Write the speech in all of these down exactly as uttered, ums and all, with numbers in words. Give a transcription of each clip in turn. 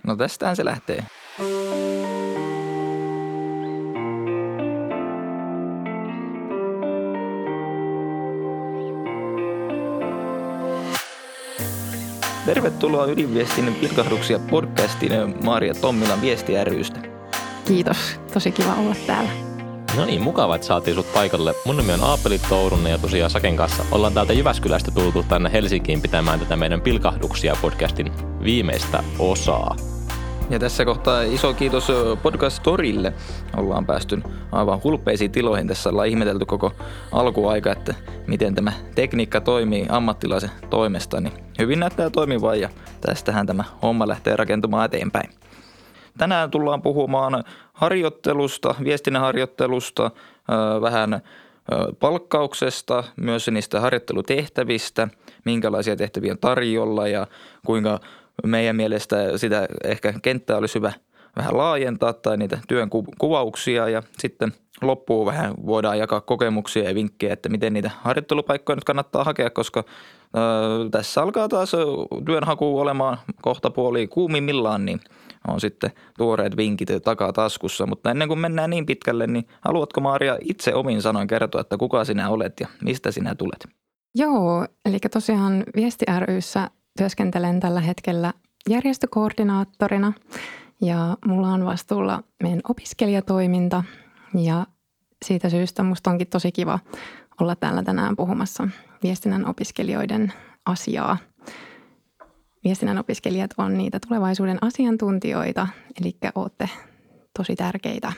No tästähän se lähtee. Tervetuloa Ydinviestinnän pilkahduksia podcastiin Maaria Tommilan Viesti ry:stä. Kiitos, tosi kiva olla täällä. No niin, mukava, että saatiin sut paikalle. Mun nimi on Aapeli Tourunen ja tosiaan Saken kanssa ollaan täältä Jyväskylästä tultu tänne Helsinkiin pitämään tätä meidän pilkahduksia podcastin viimeistä osaa. Ja tässä kohtaa iso kiitos Podcast Storille. Ollaan päästy aivan hulppeisiin tiloihin. Tässä ollaan ihmetelty koko alkuaika, että miten tämä tekniikka toimii ammattilaisen toimesta. Niin hyvin näyttää toimivan ja tästähän tämä homma lähtee rakentumaan eteenpäin. Tänään tullaan puhumaan harjoittelusta, viestinnän harjoittelusta, vähän palkkauksesta, myös niistä harjoittelutehtävistä, minkälaisia tehtäviä on tarjolla ja kuinka meidän mielestä sitä ehkä kenttää olisi hyvä vähän laajentaa tai niitä työn kuvauksia ja sitten loppuun vähän voidaan jakaa kokemuksia ja vinkkejä, että miten niitä harjoittelupaikkoja nyt kannattaa hakea, koska ö, tässä alkaa taas työnhaku olemaan kohta puoliin kuumimmillaan, niin on sitten tuoreet vinkit takaa taskussa. Mutta ennen kuin mennään niin pitkälle, niin haluatko Maaria itse omin sanoin kertoa, että kuka sinä olet ja mistä sinä tulet? Joo, eli tosiaan Viesti ry:ssä työskentelen tällä hetkellä järjestökoordinaattorina ja mulla on vastuulla meidän opiskelijatoiminta ja siitä syystä musta onkin tosi kiva olla täällä tänään puhumassa viestinnän opiskelijoiden asiaa. Viestinnän opiskelijat on niitä tulevaisuuden asiantuntijoita, eli ootte tosi tärkeitä.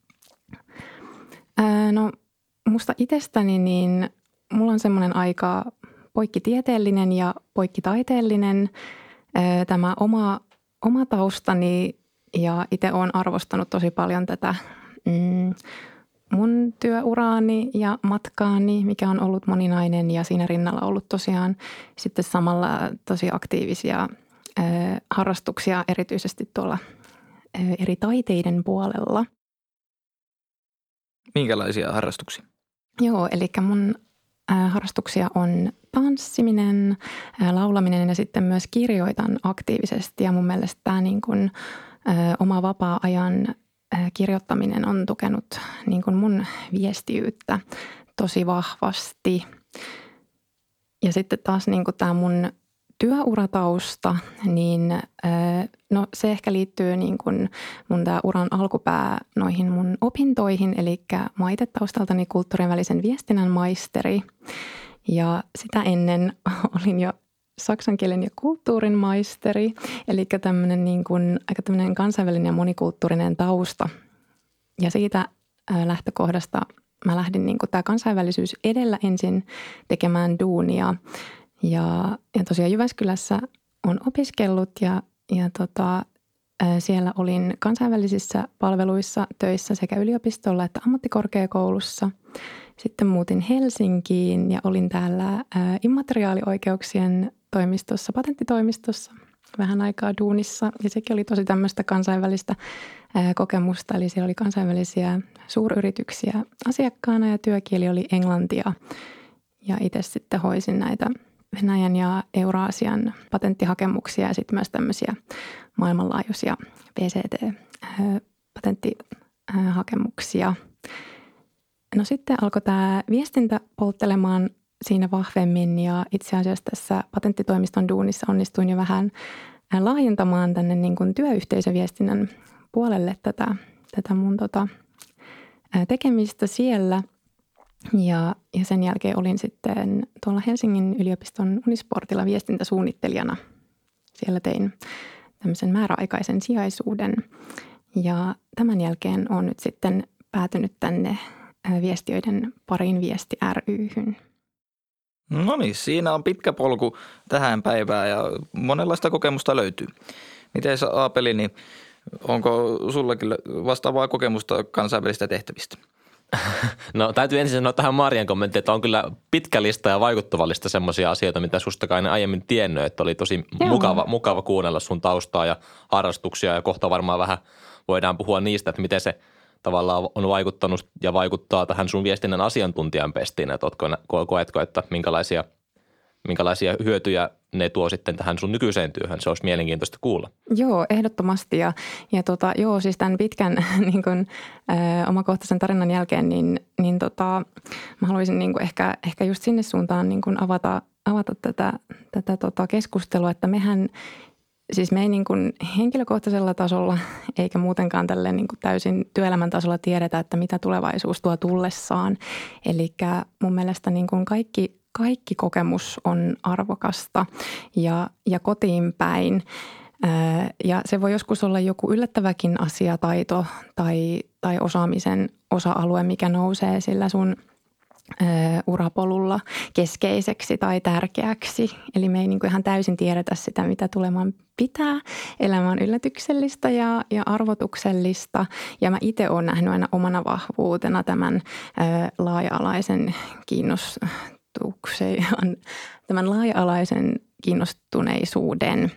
Ää, no musta itsestäni niin mulla on semmoinen aika poikkitieteellinen ja poikkitaiteellinen ää, tämä oma, oma taustani ja itse olen arvostanut tosi paljon tätä mm, mun työuraani ja matkaani, mikä on ollut moninainen ja siinä rinnalla ollut tosiaan sitten samalla tosi aktiivisia ö, harrastuksia erityisesti tuolla ö, eri taiteiden puolella. Minkälaisia harrastuksia? Joo, eli mun ö, harrastuksia on tanssiminen, ö, laulaminen ja sitten myös kirjoitan aktiivisesti ja mun mielestä tämä niin kuin, ö, oma vapaa-ajan kirjoittaminen on tukenut niin kuin mun viestiyttä tosi vahvasti. Ja sitten taas niin kuin tämä mun työuratausta, niin no se ehkä liittyy niin kuin mun tämä uran alkupää noihin mun opintoihin. Eli mä oon itse taustaltani kulttuurien välisen viestinnän maisteri ja sitä ennen olin jo saksan kielen ja kulttuurin maisteri, eli tämmöinen niin kuin, aika tämmöinen kansainvälinen ja monikulttuurinen tausta. Ja siitä lähtökohdasta mä lähdin niin kuin tämä kansainvälisyys edellä ensin tekemään duunia. Ja, ja tosiaan Jyväskylässä on opiskellut ja, ja tota, siellä olin kansainvälisissä palveluissa töissä sekä yliopistolla että ammattikorkeakoulussa. Sitten muutin Helsinkiin ja olin täällä immateriaalioikeuksien toimistossa, patenttitoimistossa vähän aikaa duunissa. Ja sekin oli tosi tämmöistä kansainvälistä kokemusta. Eli siellä oli kansainvälisiä suuryrityksiä asiakkaana ja työkieli oli englantia. Ja itse sitten hoisin näitä Venäjän ja Euraasian patenttihakemuksia ja sitten myös tämmöisiä maailmanlaajuisia P C T-patenttihakemuksia. No sitten alkoi tämä viestintä polttelemaan siinä vahvemmin ja itse asiassa tässä patenttitoimiston duunissa onnistuin jo vähän laajentamaan tänne niin kuin työyhteisöviestinnän puolelle tätä, tätä mun tota, tekemistä siellä. Ja, ja sen jälkeen olin sitten tuolla Helsingin yliopiston Unisportilla viestintäsuunnittelijana. Siellä tein tämmöisen määräaikaisen sijaisuuden ja tämän jälkeen olen nyt sitten päätynyt tänne viestiöiden pariin Viesti ry:hyn. No niin, siinä on pitkä polku tähän päivään ja monenlaista kokemusta löytyy. Miten sä Aapeli, niin onko sullakin vastaavaa kokemusta kansainvälisistä tehtävistä? No täytyy ensin sanoa tähän Marian kommenttiin, että on kyllä pitkä lista ja vaikuttava lista semmoisia asioita, mitä sustakaan en aiemmin tiennyt, että oli tosi mukava, mukava kuunnella sun taustaa ja harrastuksia ja kohta varmaan vähän voidaan puhua niistä, että miten se tavallaan on vaikuttanut ja vaikuttaa tähän sun viestinnän asiantuntijan pestiin, että ootko, koetko, että minkälaisia minkälaisia hyötyjä ne tuo sitten tähän sun nykyiseen työhön. Se olisi mielenkiintoista kuulla. Joo, ehdottomasti. Ja, ja tota, joo, siis tämän pitkän niin kuin, ö, omakohtaisen tarinan jälkeen, niin, niin tota, mä haluaisin niin kuin ehkä, ehkä just sinne suuntaan niin kuin avata, avata tätä, tätä tota keskustelua, että mehän siis me ei niin kuin henkilökohtaisella tasolla eikä muutenkaan tälleen niin kuin täysin työelämän tasolla tiedetä, että mitä tulevaisuus tuo tullessaan. Eli mun mielestä niin kuin kaikki, kaikki kokemus on arvokasta ja, ja kotiin päin. Ja se voi joskus olla joku yllättäväkin asia, taito tai, tai osaamisen osa-alue, mikä nousee sillä sun urapolulla keskeiseksi tai tärkeäksi. Eli me ei niin kuin ihan täysin tiedetä sitä, mitä tulemaan pitää. Elämä on yllätyksellistä ja, ja arvotuksellista. Ja mä itse olen nähnyt aina omana vahvuutena tämän ö, laaja-alaisen kiinnostuksen, tämän laaja-alaisen kiinnostuneisuuden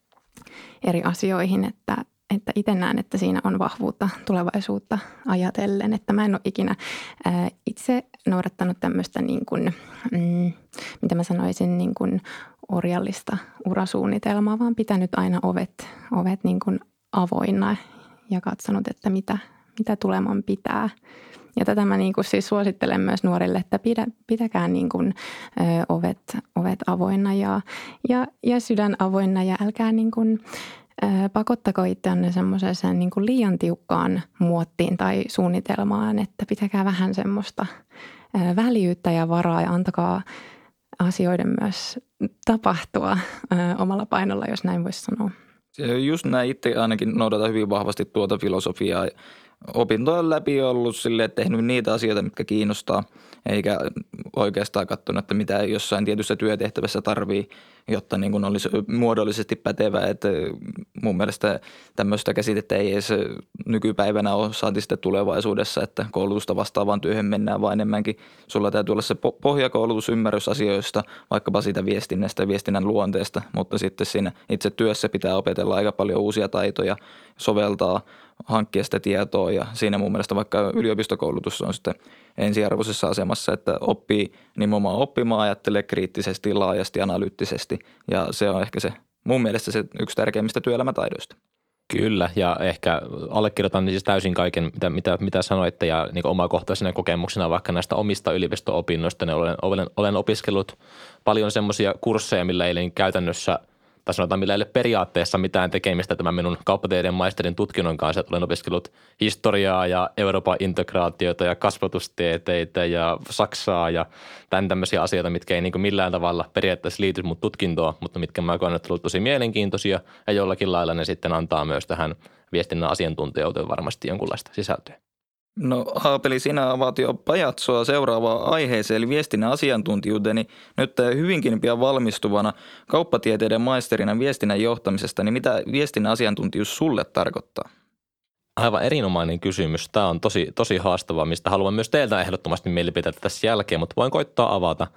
eri asioihin, että Että itse näen, että siinä on vahvuutta tulevaisuutta ajatellen, että mä en ole ikinä ää, itse noudattanut tämmöistä niin kuin, mm, mitä mä sanoisin, niin kuin orjallista urasuunnitelmaa, vaan pitänyt aina ovet, ovet niin kuin avoinna ja katsonut, että mitä, mitä tuleman pitää. Ja tätä mä niin kuin siis suosittelen myös nuorille, että pidä, pitäkää niin kuin, ö, ovet, ovet avoinna ja, ja, ja sydän avoinna ja älkää niin kuin pakottako itseänne semmoiseen niin kuin liian tiukkaan muottiin tai suunnitelmaan, että pitäkää vähän semmoista väljyyttä ja varaa ja antakaa asioiden myös tapahtua omalla painolla, jos näin voisi sanoa. Just näin, itse ainakin noudatan hyvin vahvasti tuota filosofiaa. Opintojen läpi ollut silleen, että tehnyt niitä asioita, mitkä kiinnostaa, eikä oikeastaan katsonut, että mitä jossain tietyssä työtehtävässä tarvii, jotta niin kuin olisi muodollisesti pätevä. Että mun mielestä tämmöistä käsitettä ei edes nykypäivänä ole, saati sitten tulevaisuudessa, että koulutusta vastaavaan työhön mennään, vaan enemmänkin sulla täytyy olla se pohjakoulutus, ymmärrys asioista, vaikkapa siitä viestinnästä ja viestinnän luonteesta, mutta sitten siinä itse työssä pitää opetella aika paljon uusia taitoja, soveltaa, hankkia sitä tietoa ja siinä mun mielestä vaikka yliopistokoulutus on sitten ensiarvoisessa asemassa, että oppii nimenomaan oppimaan, ajattelee kriittisesti, laajasti, analyyttisesti ja se on ehkä se mun mielestä se yksi tärkeimmistä työelämätaidoista. Kyllä ja ehkä allekirjoitan siis täysin kaiken, mitä, mitä, mitä sanoitte ja niin omakohtaisena kokemuksena vaikka näistä omista yliopisto-opinnoista. Olen, olen, olen opiskellut paljon semmoisia kursseja, millä ei käytännössä tai sanotaan, millä ei ole periaatteessa mitään tekemistä tämän minun kauppatieteen maisterin tutkinnon kanssa. Olen opiskellut historiaa ja Euroopan integraatiota ja kasvatustieteitä ja Saksaa ja tämän tämmöisiä asioita, mitkä ei niin kuin millään tavalla periaatteessa liity mun tutkintoon, mutta mitkä mä koen, että ovat tosi mielenkiintoisia ja jollakin lailla ne sitten antaa myös tähän viestinnän asiantuntijuuteen varmasti jonkunlaista sisältöä. No Aapeli, sinä avaat jo pajatsoa seuraavaan aiheeseen, eli viestinnän asiantuntijuuteen, niin nyt hyvinkin pian valmistuvana kauppatieteiden maisterina viestinnän johtamisesta, niin mitä viestinnän asiantuntijuus sulle tarkoittaa? Aivan erinomainen kysymys. Tämä on tosi, tosi haastavaa, mistä haluan myös teiltä ehdottomasti mielipiteitä tässä jälkeen, mutta voin koittaa avata.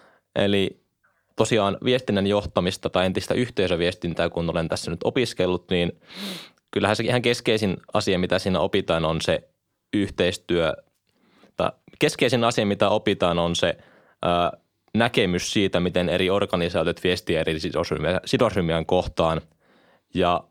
Eli tosiaan viestinnän johtamista tai entistä yhteisöviestintää, kun olen tässä nyt opiskellut, niin kyllähän se ihan keskeisin asia, mitä siinä opitaan, on se yhteistyö. Keskeisin asia, mitä opitaan, on se ää, näkemys siitä, miten eri organisaatiot viestiä eri sidosryhmien kohtaan. Ja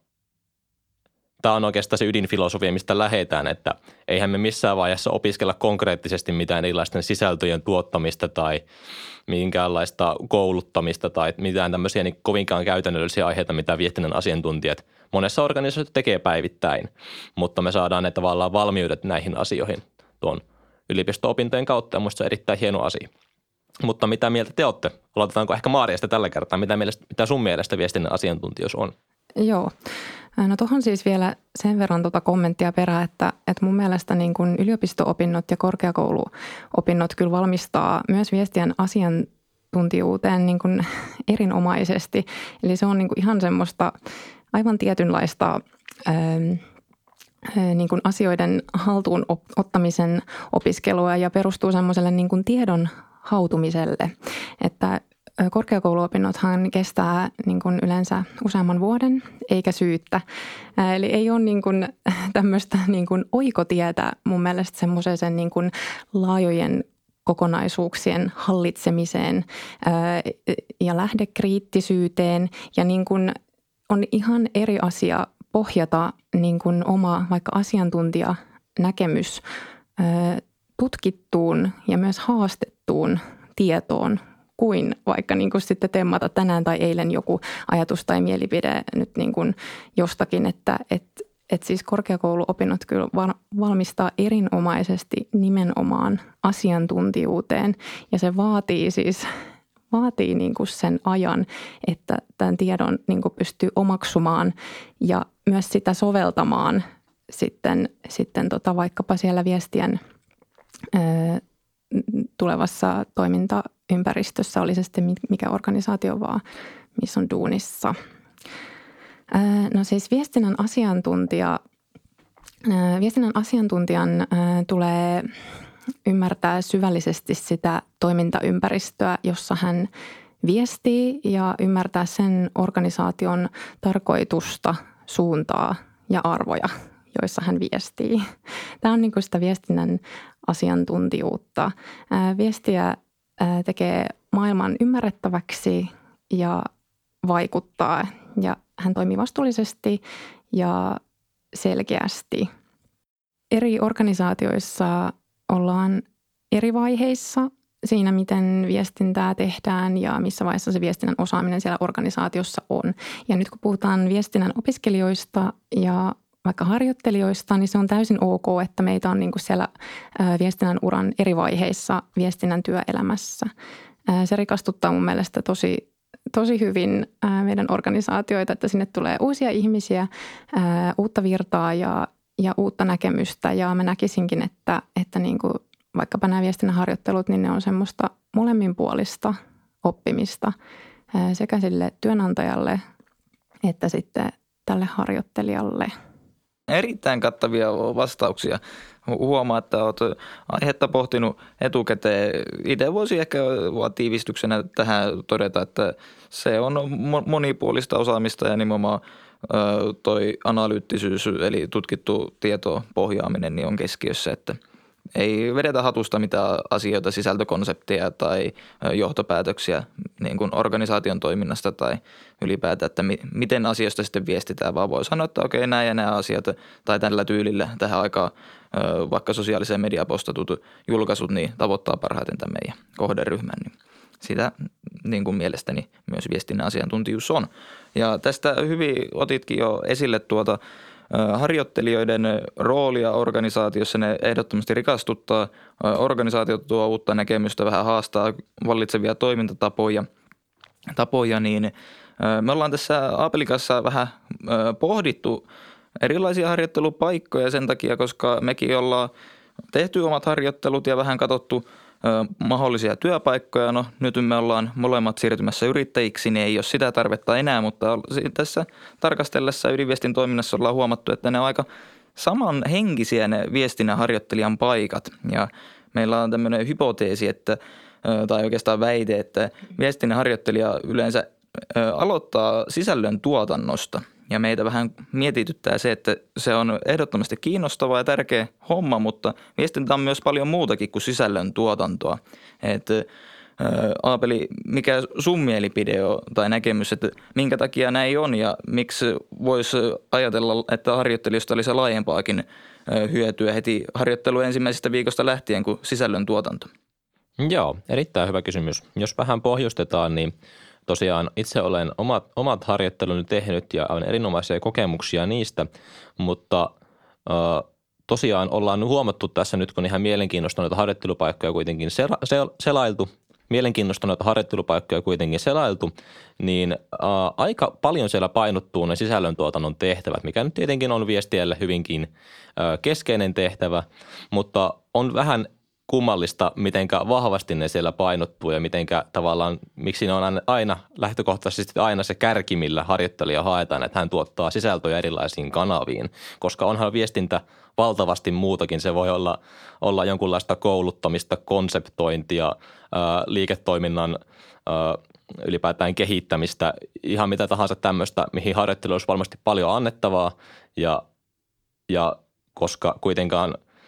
tämä on oikeastaan se ydinfilosofia, mistä lähdetään, että eihän me missään vaiheessa opiskella konkreettisesti mitään erilaisten sisältöjen tuottamista tai minkäänlaista kouluttamista tai mitään tämmöisiä niin kovinkaan käytännöllisiä aiheita, mitä viestinnän asiantuntijat monessa organisaatiossa tekee päivittäin, mutta me saadaan ne tavallaan valmiudet näihin asioihin tuon yliopisto-opintojen kautta ja minusta se on erittäin hieno asia. Mutta mitä mieltä te olette? Aloitetaanko ehkä Maariasta tällä kertaa? Mitä, mielestä, mitä sun mielestä viestinnän asiantuntijuus on? Joo. No tuohon siis vielä sen verran tuota kommenttia perään, että, että mun mielestä niin kuin yliopisto-opinnot ja korkeakouluopinnot kyllä valmistaa myös viestinnän asiantuntijuuteen niin kuin erinomaisesti. Eli se on niin kuin ihan semmoista aivan tietynlaista ää, niin kuin asioiden haltuun ottamisen opiskelua ja perustuu semmoiselle niin kuin tiedon hautumiselle, että korkeakouluopinnothan kestää niin kuin yleensä useamman vuoden eikä syyttä. Eli ei ole niin kuin tämmöistä niin kuin oikotietä mun mielestä semmoiseen niin kuin laajojen kokonaisuuksien hallitsemiseen ää, ja lähdekriittisyyteen. Ja niin kuin on ihan eri asia pohjata niin kuin oma vaikka asiantuntijanäkemys ää, tutkittuun ja myös haastettuun tietoon kuin vaikka niin kuin sitten temmata tänään tai eilen joku ajatus tai mielipide nyt niin kuin jostakin, että et, et siis korkeakouluopinnot kyllä valmistaa erinomaisesti nimenomaan asiantuntijuuteen ja se vaatii siis vaatii niin kuin sen ajan, että tämän tiedon niin kuin pystyy omaksumaan ja myös sitä soveltamaan sitten, sitten tota vaikkapa siellä viestien ää, tulevassa toimintaympäristössä, oli se sitten mikä organisaatio vaan, missä on duunissa. No siis viestinnän asiantuntija, viestinnän asiantuntijan tulee ymmärtää syvällisesti sitä toimintaympäristöä, jossa hän viestii ja ymmärtää sen organisaation tarkoitusta, suuntaa ja arvoja, joissa hän viestii. Tämä on niin kuin sitä viestinnän asiantuntijuutta. Viestiä tekee maailman ymmärrettäväksi ja vaikuttaa ja hän toimii vastuullisesti ja selkeästi. Eri organisaatioissa ollaan eri vaiheissa siinä, miten viestintää tehdään ja missä vaiheessa se viestinnän osaaminen siellä organisaatiossa on. Ja nyt kun puhutaan viestinnän opiskelijoista ja vaikka harjoittelijoista, niin se on täysin ok, että meitä on niin kuin siellä viestinnän uran eri vaiheissa viestinnän työelämässä. Se rikastuttaa mun mielestä tosi, tosi hyvin meidän organisaatioita, että sinne tulee uusia ihmisiä, uutta virtaa ja, ja uutta näkemystä. Ja mä näkisinkin, että, että niin kuin vaikkapa nämä viestinnän harjoittelut, niin ne on semmoista molemminpuolista oppimista sekä sille työnantajalle että sitten tälle harjoittelijalle. Erittäin kattavia vastauksia. Huomaa, että olet aihetta pohtinut etukäteen. Itse voisi ehkä tiivistyksenä tähän todeta, että se on monipuolista osaamista ja nimenomaan toi analyyttisyys eli tutkittu tietopohjaaminen niin on keskiössä, että ei vedetä hatusta mitään asioita, sisältökonsepteja tai johtopäätöksiä niin kuin organisaation toiminnasta tai ylipäätään, että mi- miten asioista sitten viestitään, vaan voi sanoa, että okei, nämä ja nämä asiat tai tällä tyylillä tähän aikaan vaikka sosiaaliseen mediaan postatut julkaisut niin tavoittaa parhaiten tämän meidän kohderyhmän. Niin sitä niin kuin mielestäni myös viestinnän asiantuntijuus on. Ja tästä hyvin otitkin jo esille tuota harjoittelijoiden roolia organisaatiossa, ne ehdottomasti rikastuttaa. Organisaatiot tuo uutta näkemystä, vähän haastaa vallitsevia toimintatapoja. Tapoja, niin me ollaan tässä Aapelikassa vähän pohdittu erilaisia harjoittelupaikkoja sen takia, koska mekin ollaan tehty omat harjoittelut ja vähän katsottu mahdollisia työpaikkoja. No nyt me ollaan molemmat siirtymässä yrittäjiksi, niin ei ole sitä tarvetta enää, mutta tässä tarkastellessa ydinviestin toiminnassa ollaan huomattu, että ne on aika samanhenkisiä ne viestinnän harjoittelijan paikat. Ja meillä on tämmöinen hypoteesi, että, tai oikeastaan väite, että viestinnän harjoittelija yleensä aloittaa sisällön tuotannosta. Ja meitä vähän mietityttää se, että se on ehdottomasti kiinnostava ja tärkeä homma, mutta viestintä on myös paljon muutakin kuin sisällön tuotantoa. Että Aapeli, mikä sun mielipide on tai näkemys, että minkä takia näin on ja miksi voisi ajatella, että harjoittelijoista olisi laajempaakin hyötyä heti harjoittelun ensimmäisestä viikosta lähtien kuin sisällön tuotanto? Joo, erittäin hyvä kysymys. Jos vähän pohjustetaan, niin tosiaan itse olen omat, omat harjoitteluni tehnyt ja on erinomaisia kokemuksia niistä, mutta äh, tosiaan ollaan huomattu tässä nyt, kun ihan mielenkiinnostuneita harjoittelupaikkoja kuitenkin sel- sel- selailtu, mielenkiinnostuneita harjoittelupaikkoja kuitenkin selailtu, niin äh, aika paljon siellä painottuu ne sisällöntuotannon tehtävät, mikä nyt tietenkin on viestiälle hyvinkin äh, keskeinen tehtävä, mutta on vähän kummallista, mitenkä vahvasti ne siellä painottuu ja mitenkä tavallaan, miksi ne on aina lähtökohtaisesti aina se kärki, millä harjoittelija haetaan, että hän tuottaa sisältöjä erilaisiin kanaviin, koska onhan viestintä valtavasti muutakin. Se voi olla, olla jonkunlaista kouluttamista, konseptointia, ää, liiketoiminnan ää, ylipäätään kehittämistä, ihan mitä tahansa tämmöistä, mihin harjoittelu olisi varmasti paljon annettavaa ja, ja koska kuitenkaan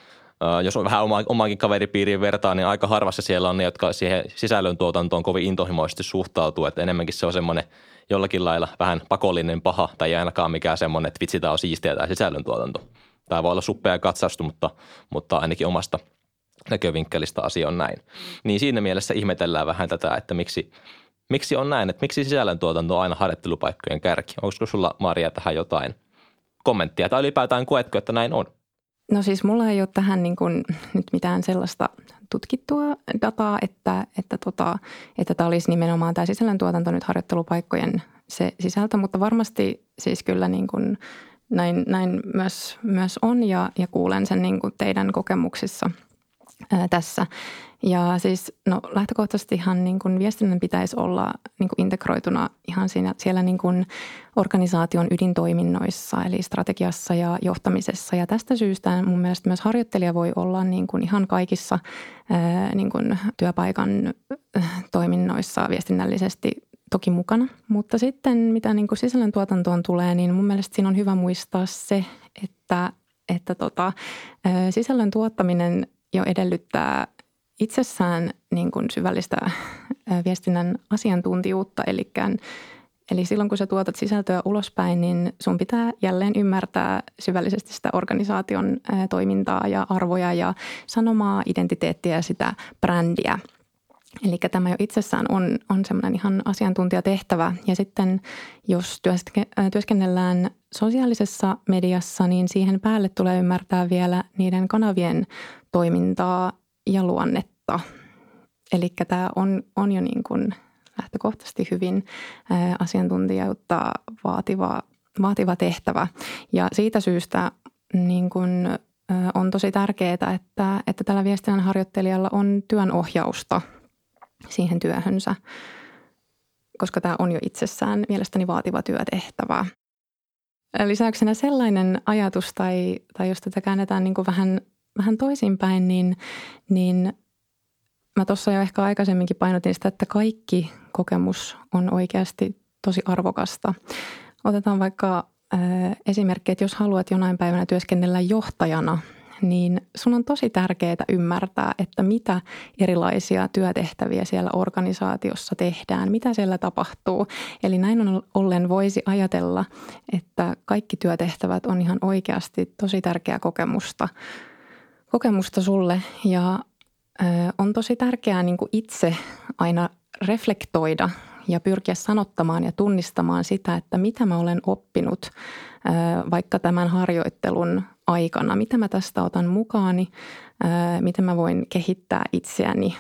Jos on vähän oma, omaankin kaveripiiriin vertaa, niin aika harvassa siellä on ne, jotka siihen sisällöntuotantoon kovin intohimoisesti suhtautuu. Että enemmänkin se on semmoinen jollakin lailla vähän pakollinen paha tai ei ainakaan mikään semmoinen, että vitsi, tämä on siistiä tämä sisällöntuotanto. Tämä voi olla suppea katsausta, mutta, mutta ainakin omasta näkövinkkelistä asia on näin. Niin siinä mielessä ihmetellään vähän tätä, että miksi, miksi on näin, että miksi sisällöntuotanto on aina harjoittelupaikkojen kärki. Onko sulla, Maria, tähän jotain kommenttia tai ylipäätään koetko, että näin on? No siis mulla ei ole tähän niin kuin nyt mitään sellaista tutkittua dataa, että, että, tota, että tämä olisi nimenomaan tämä sisällöntuotanto nyt harjoittelupaikkojen se sisältö, mutta varmasti siis kyllä niin kuin näin, näin myös, myös on ja, ja kuulen sen niin kuin teidän kokemuksissa ää, tässä. Ja siis no lähtökohtaisestihan niin kuin viestinnän pitäisi olla niin kuin integroituna ihan siinä, siellä niin kuin organisaation ydintoiminnoissa eli strategiassa ja johtamisessa. Ja tästä syystä mun mielestä myös harjoittelija voi olla niin kuin ihan kaikissa ää, niin kuin työpaikan toiminnoissa viestinnällisesti toki mukana. Mutta sitten mitä niin kuin sisällöntuotantoon tulee, niin mun mielestä siinä on hyvä muistaa se, että, että tota, ää, sisällön tuottaminen jo edellyttää itsessään niin kuin syvällistä viestinnän asiantuntijuutta. Eli, eli silloin kun sä tuotat sisältöä ulospäin, niin sun pitää jälleen ymmärtää syvällisesti sitä organisaation toimintaa ja arvoja ja sanomaa, identiteettiä ja sitä brändiä. Eli tämä jo itsessään on, on semmoinen ihan asiantuntijatehtävä. Ja sitten jos työskennellään sosiaalisessa mediassa, niin siihen päälle tulee ymmärtää vielä niiden kanavien toimintaa ja luonnetta. Eli tämä on, on jo niin kuin lähtökohtaisesti hyvin ää, asiantuntijuutta vaativa, vaativa tehtävä. Ja siitä syystä niin kuin, ää, on tosi tärkeää, että, että tällä viestinnän harjoittelijalla on työnohjausta siihen työhönsä, koska tämä on jo itsessään mielestäni vaativa työtehtävä. Lisäyksenä sellainen ajatus, tai, tai jos tätä käännetään niin kuin vähän vähän toisinpäin, niin, niin mä tuossa jo ehkä aikaisemminkin painotin sitä, että kaikki kokemus on oikeasti tosi arvokasta. Otetaan vaikka äh, esimerkki, että jos haluat jonain päivänä työskennellä johtajana, niin sun on tosi tärkeää ymmärtää, että mitä erilaisia työtehtäviä siellä organisaatiossa tehdään, mitä siellä tapahtuu. Eli näin ollen voisi ajatella, että kaikki työtehtävät on ihan oikeasti tosi tärkeää kokemusta. kokemusta sulle ja ö, on tosi tärkeää niin kuin itse aina reflektoida ja pyrkiä sanottamaan ja tunnistamaan sitä, että mitä mä olen oppinut ö, vaikka tämän harjoittelun aikana, mitä mä tästä otan mukaani, ö, miten mä voin kehittää itseäni.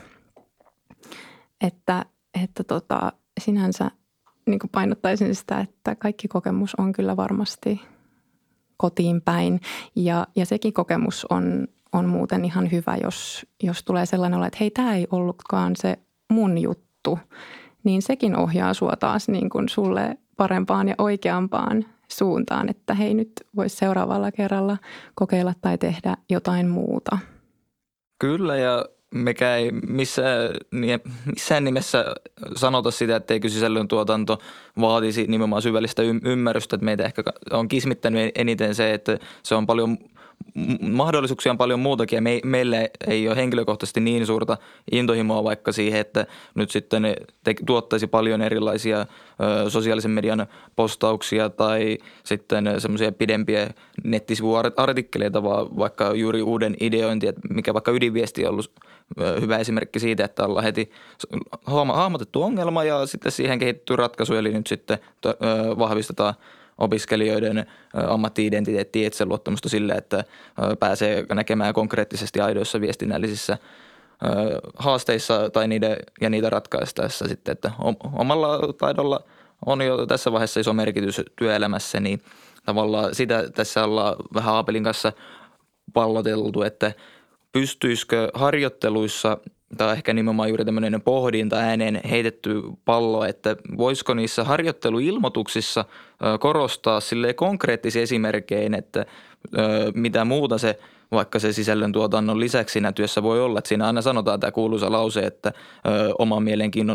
Että, että tota, sinänsä niin kuin painottaisin sitä, että kaikki kokemus on kyllä varmasti kotiin päin ja, ja sekin kokemus on on muuten ihan hyvä, jos, jos tulee sellainen olo, että hei, tämä ei ollutkaan se mun juttu, niin sekin ohjaa sua taas niin kuin sulle parempaan ja oikeampaan suuntaan, että hei, nyt voisi seuraavalla kerralla kokeilla tai tehdä jotain muuta. Kyllä, ja mekä ei missään, missään nimessä sanota sitä, etteikö sisällöntuotanto vaatisi nimenomaan syvällistä ymmärrystä, että meitä ehkä on kismittänyt eniten se, että se on paljon mahdollisuuksia on paljon muutakin ja me, meille ei ole henkilökohtaisesti niin suurta intohimoa vaikka siihen, että nyt sitten te, tuottaisi paljon erilaisia ö, sosiaalisen median postauksia tai sitten semmoisia pidempiä nettisivuartikkeleita, vaan vaikka juuri uuden ideointi, että mikä vaikka ydinviesti on ollut ö, hyvä esimerkki siitä, että ollaan heti hahmotettu ongelma ja sitten siihen kehittyy ratkaisu, eli nyt sitten ö, vahvistetaan opiskelijoiden ammatti-identiteettiä, itseluottamusta sille, että pääsee näkemään konkreettisesti aidoissa viestinnällisissä haasteissa tai niiden, ja niitä ratkaistaessa sitten, että omalla taidolla on jo tässä vaiheessa iso merkitys työelämässä, niin tavallaan sitä tässä ollaan vähän Aapelin kanssa palloteltu, että pystyisikö harjoitteluissa tai ehkä nimenomaan juuri tämmöinen pohdinta ääneen heitetty pallo, että voisiko niissä harjoitteluilmoituksissa korostaa silleen konkreettisia esimerkkejä, että mitä muuta se vaikka se sisällöntuotannon lisäksi siinä työssä voi olla. Että siinä aina sanotaan tämä kuuluisa lause, että oman mielenkiinnon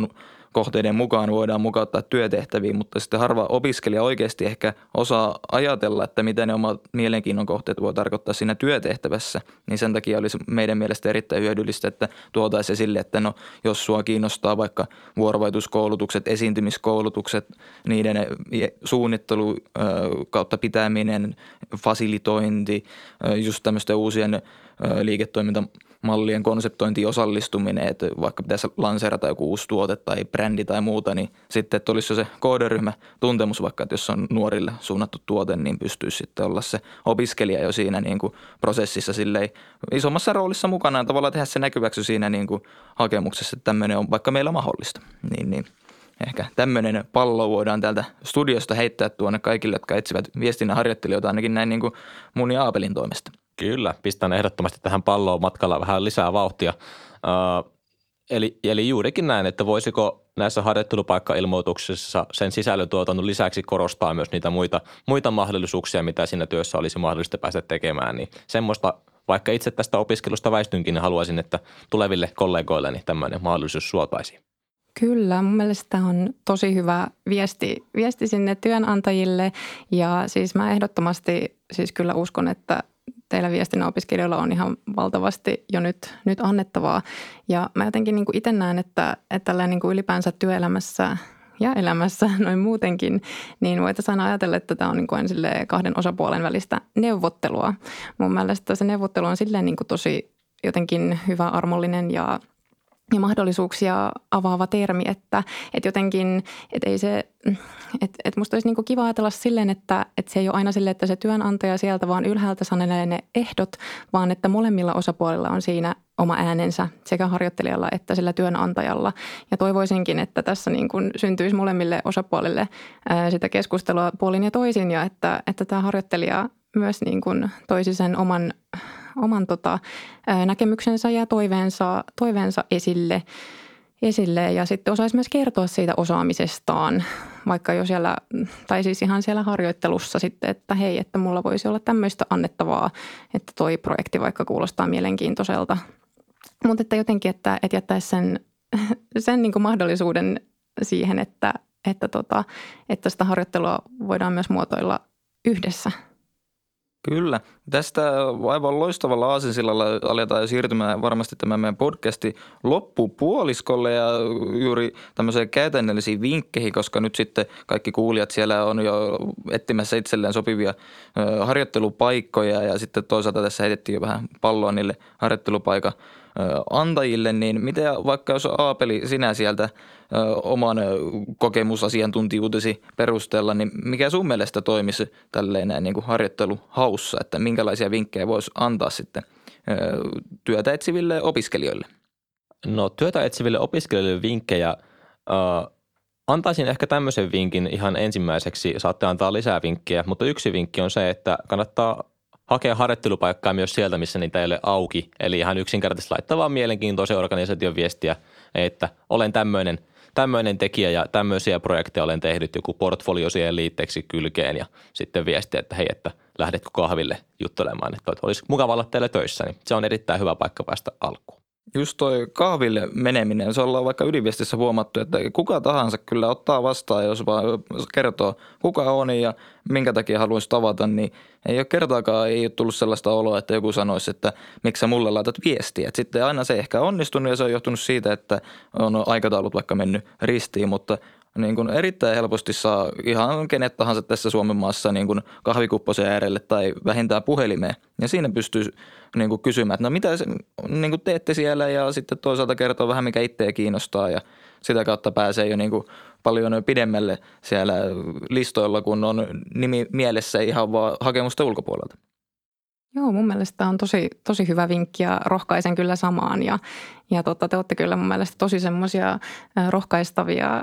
kohteiden mukaan voidaan mukauttaa työtehtäviin, mutta sitten harva opiskelija oikeasti ehkä osaa ajatella, että mitä ne omat mielenkiinnon kohteet voi tarkoittaa siinä työtehtävässä. Niin sen takia olisi meidän mielestä erittäin hyödyllistä, että tuotaisiin esille, että no jos sua kiinnostaa vaikka vuorovaikutuskoulutukset, esiintymiskoulutukset, niiden suunnittelu kautta pitäminen, fasilitointi, just tämmöisten uusien liiketoimintamallien konseptointiin osallistuminen, että vaikka pitäisi lanseerata joku uusi tuote tai brändi tai muuta, niin sitten, että olisi jo se kohderyhmä tuntemus vaikka, että jos on nuorille suunnattu tuote, niin pystyisi sitten olla se opiskelija jo siinä niin kuin prosessissa silleen isommassa roolissa mukana ja tavallaan tehdä se näkyväksi siinä niin kuin hakemuksessa, että tämmöinen on vaikka meillä mahdollista. Niin, niin. Ehkä tämmöinen pallo voidaan täältä studiosta heittää tuonne kaikille, jotka etsivät viestinnän harjoittelijoita ainakin näin niin kuin mun ja Aapelin toimesta. Kyllä, pistän ehdottomasti tähän palloon matkalla vähän lisää vauhtia. Uh, eli, eli juurikin näin, että voisiko näissä harjoittelupaikkailmoituksissa sen sisällöntuotannon lisäksi korostaa myös niitä muita, muita mahdollisuuksia, mitä siinä työssä olisi mahdollista päästä tekemään. Niin semmoista, vaikka itse tästä opiskelusta väistynkin, niin haluaisin, että tuleville kollegoilleni tämmöinen mahdollisuus suotaisiin. Kyllä, mun mielestä on tosi hyvä viesti, viesti sinne työnantajille ja siis mä ehdottomasti siis kyllä uskon, että teillä viestinnän opiskelijoilla on ihan valtavasti jo nyt, nyt annettavaa ja mä jotenkin niin kuin itse näen, että, että tällainen niin kuin ylipäänsä työelämässä ja elämässä noin muutenkin, niin voitaisiin aina ajatella, että tämä on niin kuin kahden osapuolen välistä neuvottelua. Mun mielestä se neuvottelu on silleen niin kuin tosi jotenkin hyvä, armollinen ja ja mahdollisuuksia avaava termi, että, että jotenkin, että ei se, että, että musta olisi niin kuin kiva ajatella silleen, että, että se ei ole aina silleen, että se työnantaja sieltä vaan ylhäältä sanelee ne ehdot, vaan että molemmilla osapuolilla on siinä oma äänensä sekä harjoittelijalla että sillä työnantajalla. Ja toivoisinkin, että tässä niin kuin syntyisi molemmille osapuolille ää, sitä keskustelua puolin ja toisin ja että, että tämä harjoittelija myös niin kuin toisi sen oman oman tota, näkemyksensä ja toiveensa, toiveensa esille, esille ja sitten osaisi myös kertoa siitä osaamisestaan, vaikka jo siellä, tai siis ihan siellä harjoittelussa sitten, että hei, että mulla voisi olla tämmöistä annettavaa, että toi projekti vaikka kuulostaa mielenkiintoiselta. Mutta että jotenkin, että, että jättäisi sen, sen niin kuin mahdollisuuden siihen, että, että, tota, että sitä harjoittelua voidaan myös muotoilla yhdessä. Kyllä. Tästä aivan loistavalla aasinsillalla aletaan jo siirtymään varmasti tämän meidän podcastin loppupuoliskolle ja juuri tämmöiseen käytännöllisiin vinkkeihin, koska nyt sitten kaikki kuulijat siellä on jo etsimässä itselleen sopivia harjoittelupaikkoja ja sitten toisaalta tässä heitettiin jo vähän palloa niille harjoittelupaikan antajille, niin miten vaikka jos Aapeli sinä sieltä ö, oman kokemusasiantuntijuutesi perusteella, niin mikä sun mielestä toimisi tälleen niin kuin harjoitteluhaussa, että minkälaisia vinkkejä voisi antaa sitten ö, työtä etsiville opiskelijoille? No työtä etsiville opiskelijoille vinkkejä, ö, antaisin ehkä tämmöisen vinkin ihan ensimmäiseksi, saatte antaa lisää vinkkejä, mutta yksi vinkki on se, että kannattaa hakea harjoittelupaikkaa myös sieltä, missä niitä ei ole auki. Eli ihan yksinkertaisesti laittaa vaan mielenkiintoisen organisaation viestiä, että olen tämmöinen, tämmöinen tekijä ja tämmöisiä projekteja olen tehnyt, joku portfolio siihen liitteeksi kylkeen ja sitten viestiä, että hei, että lähdetkö kahville juttelemaan, että olisi mukava olla teillä töissä, niin se on erittäin hyvä paikka päästä alkuun. Just toi kahville meneminen, se ollaan vaikka Ydinviestissä huomattu, että kuka tahansa kyllä ottaa vastaan, jos vaan kertoo kuka on ja minkä takia haluaisi tavata, niin ei ole kertaakaan ei ole tullut sellaista oloa, että joku sanoisi, että miksi sä mulle laitat viestiä. Et sitten aina se ehkä onnistunut ja se on johtunut siitä, että on aikataulut vaikka mennyt ristiin, mutta niin kuin erittäin helposti saa ihan kenet tahansa tässä Suomen maassa niin kuin kahvikupposen äärelle tai vähintään puhelimeen. Ja siinä pystyy niin kuin kysymään, että no mitä niin kuin teette siellä ja sitten toisaalta kertoo vähän mikä itseä kiinnostaa ja sitä kautta pääsee jo niin kuin paljon pidemmälle siellä listoilla, kun on nimi mielessä ihan vaan hakemusta ulkopuolelta. Joo, mun mielestä on tosi, tosi hyvä vinkki ja rohkaisen kyllä samaan ja, ja totta, te olette kyllä mun mielestä tosi semmoisia rohkaistavia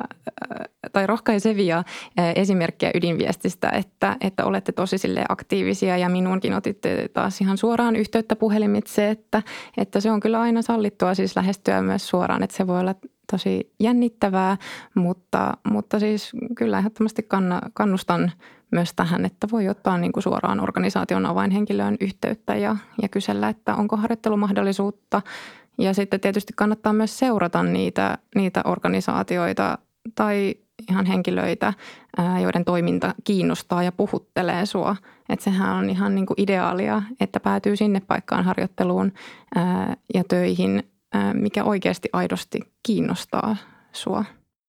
tai rohkaisevia esimerkkejä Ydinviestistä, että, että olette tosi silleen aktiivisia ja minuunkin otitte taas ihan suoraan yhteyttä puhelimitse, että, että se on kyllä aina sallittua siis lähestyä myös suoraan, että se voi olla tosi jännittävää, mutta, mutta siis kyllä ehdottomasti kannustan myös tähän, että voi ottaa niin kuin suoraan organisaation avainhenkilöön yhteyttä ja, ja kysellä, että onko harjoittelumahdollisuutta Ja sitten tietysti kannattaa myös seurata niitä, niitä organisaatioita tai ihan henkilöitä, joiden toiminta kiinnostaa ja puhuttelee sua. Että sehän on ihan niin kuin ideaalia, että päätyy sinne paikkaan harjoitteluun ja töihin, mikä oikeasti aidosti kiinnostaa sua.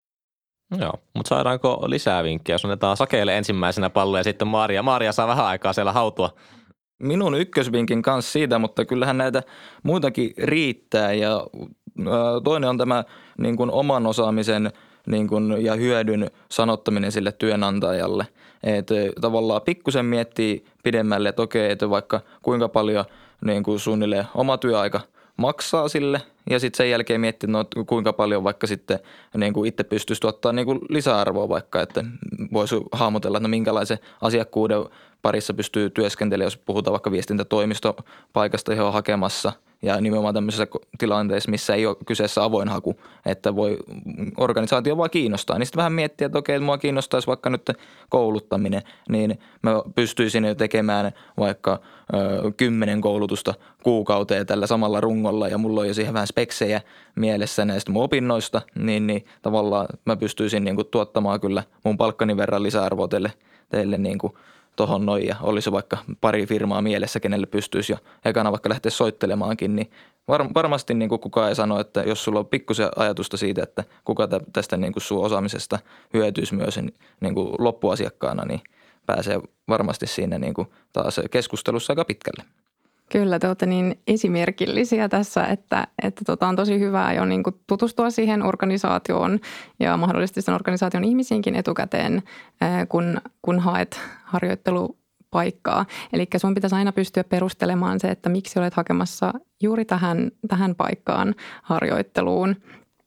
Joo, mutta saadaanko lisää vinkkejä, jos annetaan Sakeelle ensimmäisenä pallo ja sitten Maria. Maria saa vähän aikaa siellä hautua. Minun ykkösvinkin kanssa siitä, mutta kyllähän näitä muitakin riittää ja toinen on tämä niin kuin oman osaamisen niin kuin, ja hyödyn sanottaminen sille työnantajalle. Että tavallaan pikkusen miettii pidemmälle, että okei, että vaikka kuinka paljon niin kuin suunnilleen oma työaika maksaa sille ja sitten sen jälkeen miettii, no, kuinka paljon vaikka sitten niin kuin itse pystyisi tuottaa niin kuin lisäarvoa vaikka, että voisi hahmotella, että no minkälaisen asiakkuuden parissa pystyy työskentelemään, jos puhutaan vaikka viestintätoimistopaikasta, johon on hakemassa ja nimenomaan tämmöisessä tilanteessa, missä ei ole kyseessä avoin haku, että voi organisaatio vaan kiinnostaa. Niin sitten vähän miettiä, että okei, mua kiinnostaisi vaikka nyt kouluttaminen, niin mä pystyisin tekemään vaikka ö, kymmenen koulutusta kuukauteen tällä samalla rungolla ja mulla on jo siihen vähän speksejä mielessä näistä mun opinnoista, niin, niin tavallaan mä pystyisin niin kuin tuottamaan kyllä mun palkkani verran lisäarvoa teille, teille niin kuin tuohon noin ja olisi vaikka pari firmaa mielessä, kenelle pystyisi jo ekana vaikka lähteä soittelemaankin, niin var, varmasti niin kuin kukaan ei sano, että jos sulla on pikkusen ajatusta siitä, että kuka tästä niin kuin sun osaamisesta hyötyisi myös niin kuin loppuasiakkaana, niin pääsee varmasti siinä niin kuin taas keskustelussa aika pitkälle. Kyllä, te olette niin esimerkillisiä tässä, että, että tota on tosi hyvä jo niin kuin tutustua siihen organisaatioon ja mahdollisesti sen organisaation ihmisiinkin etukäteen, kun, kun haet harjoittelupaikkaa. Eli sun pitäisi aina pystyä perustelemaan se, että miksi olet hakemassa juuri tähän, tähän paikkaan harjoitteluun.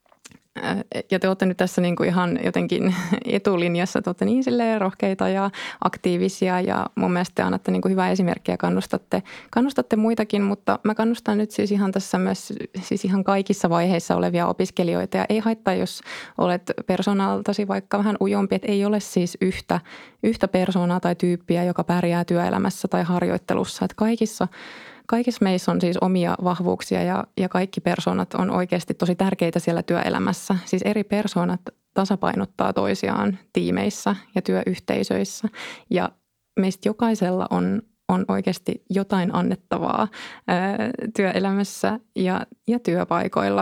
Ja te olette nyt tässä niin kuin ihan jotenkin etulinjassa, te olette niin silleen rohkeita ja aktiivisia ja mun mielestä te annatte niin kuin hyvää esimerkkiä ja kannustatte, kannustatte muitakin, mutta mä kannustan nyt siis ihan tässä myös siis ihan kaikissa vaiheissa olevia opiskelijoita ja ei haittaa, jos olet persoonaltasi vaikka vähän ujompi, että ei ole siis yhtä, yhtä persoonaa tai tyyppiä, joka pärjää työelämässä tai harjoittelussa, että kaikissa Kaikissa meissä on siis omia vahvuuksia ja, ja kaikki persoonat on oikeasti tosi tärkeitä siellä työelämässä. Siis eri persoonat tasapainottaa toisiaan tiimeissä ja työyhteisöissä ja meistä jokaisella on, on oikeasti jotain annettavaa ää, työelämässä ja, ja työpaikoilla.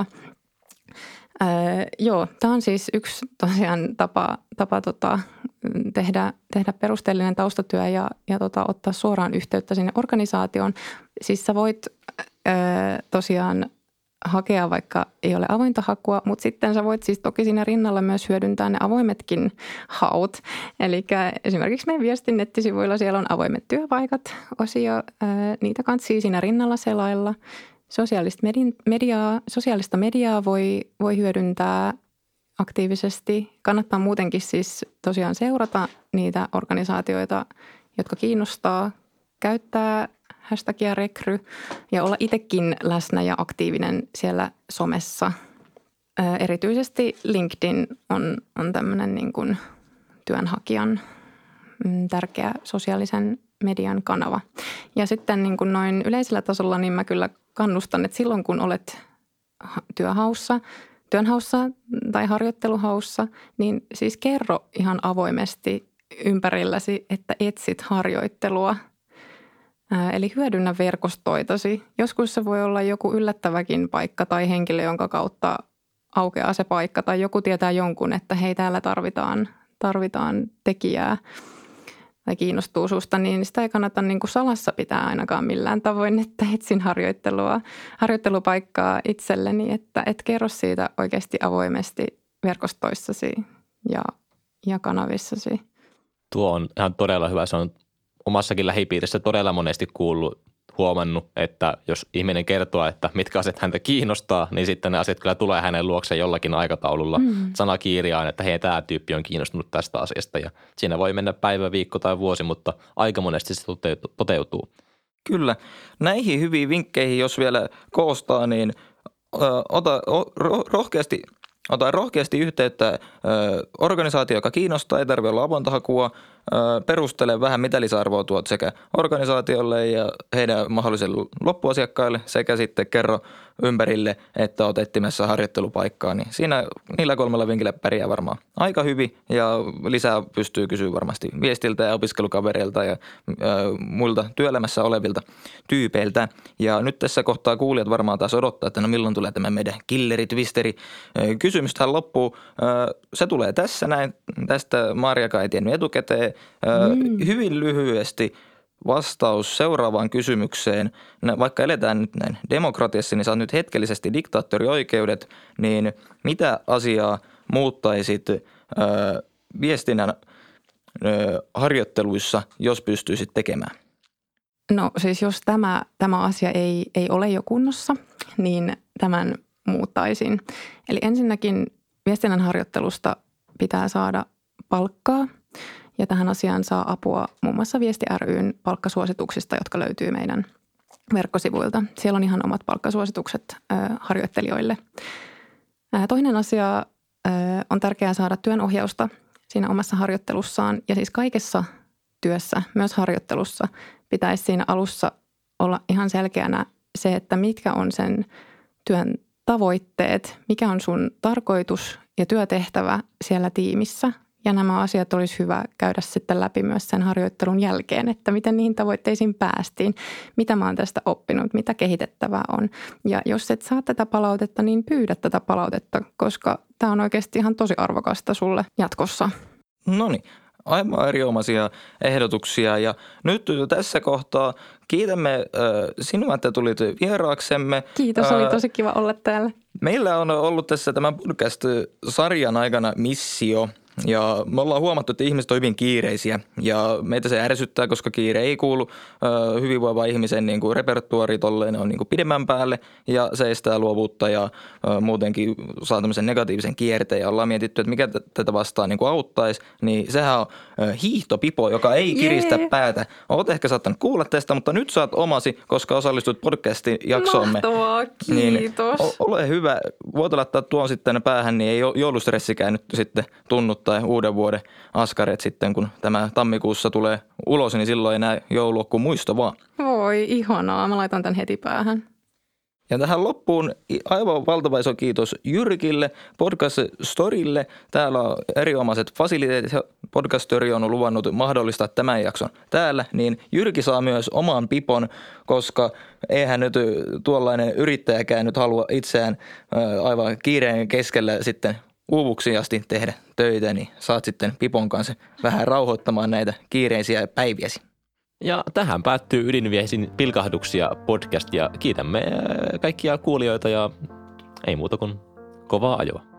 Ää, joo, tämä on siis yksi tosiaan tapa, tapa tota, tehdä, tehdä perusteellinen taustatyö ja, ja tota, ottaa suoraan yhteyttä sinne organisaatioon. Siis sä voit ää, tosiaan hakea, vaikka ei ole avointa hakua, mutta sitten sä voit siis toki siinä rinnalla myös hyödyntää ne avoimetkin haut. Eli esimerkiksi meidän viestin nettisivuilla siellä on avoimet työpaikat, osio, ää, niitä kantsii siinä rinnalla selailla. Sosiaalista mediaa, sosiaalista mediaa voi, voi hyödyntää aktiivisesti. Kannattaa muutenkin siis tosiaan seurata niitä organisaatioita, jotka kiinnostaa, käyttää hashtagia rekry ja olla itsekin läsnä ja aktiivinen siellä somessa. Ää, erityisesti LinkedIn on, on tämmöinen niin kuin työnhakijan mm, tärkeä sosiaalisen median kanava. Ja sitten niin kuin noin yleisellä tasolla niin mä kyllä kannustan, että silloin kun olet työhaussa, työnhaussa tai harjoitteluhaussa, niin siis kerro ihan avoimesti ympärilläsi, että etsit harjoittelua. Ää, eli hyödynnä verkostoitasi. Joskus se voi olla joku yllättäväkin paikka tai henkilö, jonka kautta aukeaa se paikka. Tai joku tietää jonkun, että hei, täällä tarvitaan, tarvitaan tekijää tai kiinnostuu susta, niin sitä ei kannata niin kuin salassa pitää ainakaan millään tavoin, että etsin harjoittelua, harjoittelupaikkaa itselleni, että et kerro siitä oikeasti avoimesti verkostoissasi ja, ja kanavissasi. Tuo on ihan todella hyvä. Se on omassakin lähipiirissä todella monesti kuullut, huomannut, että jos ihminen kertoo, että mitkä asiat häntä kiinnostaa, niin sitten ne asiat kyllä tulee hänen luokseen jollakin aikataululla mm. sanakirjaan, että hei, tämä tyyppi on kiinnostunut tästä asiasta. Ja siinä voi mennä päivä, viikko tai vuosi, mutta aika monesti se toteutuu. Kyllä. Näihin hyviin vinkkeihin, jos vielä koostaa, niin ö, ota ro, rohkeasti Ota rohkeasti yhteyttä ö, organisaatio, joka kiinnostaa, ei tarvitse olla avointa hakua. perustele vähän, mitä lisäarvoa tuot sekä organisaatiolle ja heidän mahdollisille loppuasiakkaille sekä sitten kerro ympärille, että olet etsimässä harjoittelupaikkaa. Niin siinä niillä kolmella vinkillä pärjää varmaan aika hyvin ja lisää pystyy kysyä varmasti viestiltä ja opiskelukavereilta ja muilta työelämässä olevilta tyypeiltä. Ja nyt tässä kohtaa kuulijat varmaan taas odottaa, että no milloin tulee tämä meidän killeri, twisteri. Kysymys tähän loppuu. Se tulee tässä näin. Tästä Marjakaan ei tiennyt etukäteen. Mm. Hyvin lyhyesti vastaus seuraavaan kysymykseen. Vaikka eletään nyt näin demokratiassa, niin saat nyt hetkellisesti diktaattorioikeudet, niin mitä asiaa muuttaisit viestinnän harjoitteluissa, jos pystyisit tekemään? No siis jos tämä, tämä asia ei, ei ole jo kunnossa, niin tämän muuttaisin. Eli ensinnäkin viestinnän harjoittelusta pitää saada palkkaa ja tähän asiaan saa apua muun muassa Viesti ry:n palkkasuosituksista, jotka löytyy meidän verkkosivuilta. Siellä on ihan omat palkkasuositukset ö, harjoittelijoille. Ä, toinen asia ö, on tärkeää saada työnohjausta siinä omassa harjoittelussaan ja siis kaikessa työssä, myös harjoittelussa, pitäisi siinä alussa olla ihan selkeänä se, että mitkä on sen työn tavoitteet, mikä on sun tarkoitus ja työtehtävä siellä tiimissä. Ja nämä asiat olisi hyvä käydä sitten läpi myös sen harjoittelun jälkeen, että miten niihin tavoitteisiin päästiin, mitä mä oon tästä oppinut, mitä kehitettävää on. Ja jos et saa tätä palautetta, niin pyydä tätä palautetta, koska tämä on oikeasti ihan tosi arvokasta sulle jatkossa. No niin. Aivan erinomaisia ehdotuksia ja nyt tässä kohtaa kiitämme äh, sinua, että tulit vieraaksemme. Kiitos, oli tosi kiva olla täällä. Meillä on ollut tässä tämän podcast-sarjan aikana missio ja me ollaan huomattu, että ihmiset on hyvin kiireisiä ja meitä se ärsyttää, koska kiire ei kuulu äh, hyvinvoivan ihmisen niin kuin repertuaari tolleen on niin kuin pidemmän päälle ja se estää luovuutta ja äh, muutenkin saa tämmöisen negatiivisen kierteen ja ollaan mietitty, että mikä t- tätä vastaan niin kuin auttaisi, niin sehän on äh, hiihtopipo, joka ei kiristä yeah. päätä. Olet ehkä saattanut kuulla tästä, mutta nyt saat omasi, koska osallistut podcastin jaksoomme. Mahtavaa, kiitos. Niin, ole hyvä, voit laittaa tuon sitten päähän, niin ei joulustressikään nyt sitten tunnu tai uuden vuoden askareet sitten, kun tämä tammikuussa tulee ulos, niin silloin ei näe joulua kuin muisto vaan. Voi, ihanaa. Mä laitan tämän heti päähän. Ja tähän loppuun aivan valtava iso kiitos Jyrkille, Podcast Storylle. Täällä on erinomaiset fasiliteetit. Podcast Story on luvannut mahdollistaa tämän jakson täällä, niin Jyrki saa myös oman pipon, koska eihän nyt tuollainen yrittäjäkään nyt halua itseään aivan kiireen keskellä sitten uuvuksiin asti tehdä töitä, niin saat sitten pipon kanssa vähän rauhoittamaan näitä kiireisiä päiviäsi. Ja tähän päättyy Ydinviesin pilkahduksia podcast ja kiitämme kaikkia kuulijoita ja ei muuta kuin kovaa ajoa.